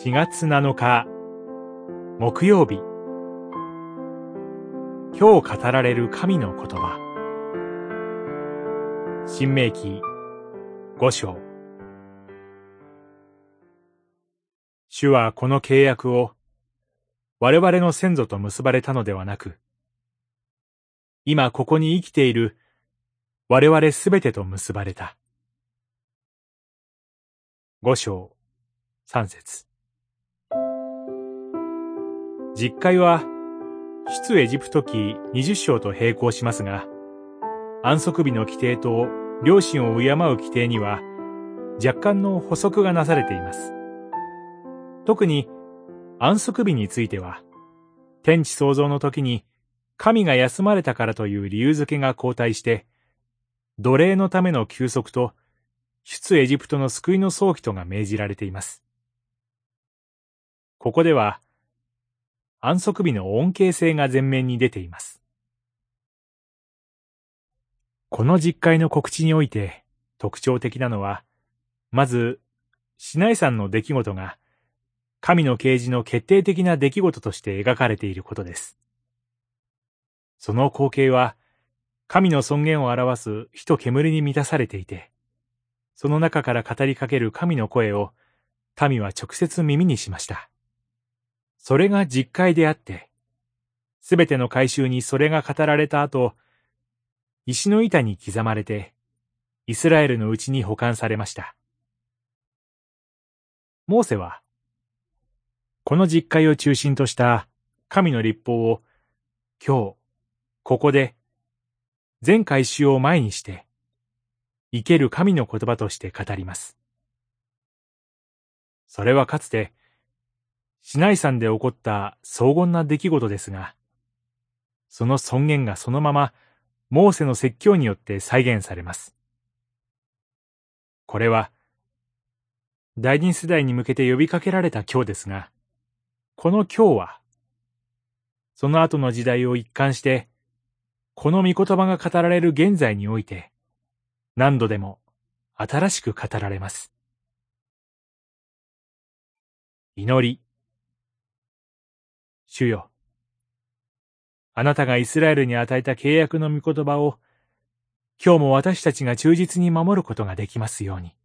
4月7日木曜日、今日語られる神の言葉。申命記5章。主はこの契約を我々の先祖と結ばれたのではなく、今ここに生きている我々すべてと結ばれた。5章3節。実会は出エジプト記20章と並行しますが、安息日の規定と良心を敬う規定には若干の補足がなされています。特に安息日については、天地創造の時に神が休まれたからという理由付けが後退して、奴隷のための休息と出エジプトの救いの早期とが命じられています。ここでは安息日の恩恵性が前面に出ています。この実会の告知において特徴的なのは、まずシナイ山の出来事が神の啓示の決定的な出来事として描かれていることです。その光景は神の尊厳を表す火と煙に満たされていて、その中から語りかける神の声を民は直接耳にしました。それが実会であって、すべての改宗にそれが語られた後、石の板に刻まれて、イスラエルのうちに保管されました。モーセは、この実会を中心とした神の律法を、今日、ここで、全改宗を前にして、生ける神の言葉として語ります。それはかつて、シナイ山で起こった荘厳な出来事ですが、その尊厳がそのままモーセの説教によって再現されます。これは、第二世代に向けて呼びかけられた今日ですが、この今日は、その後の時代を一貫して、この御言葉が語られる現在において、何度でも新しく語られます。祈り。主よ、あなたがイスラエルに与えた契約の御言葉を、今日も私たちが忠実に守ることができますように。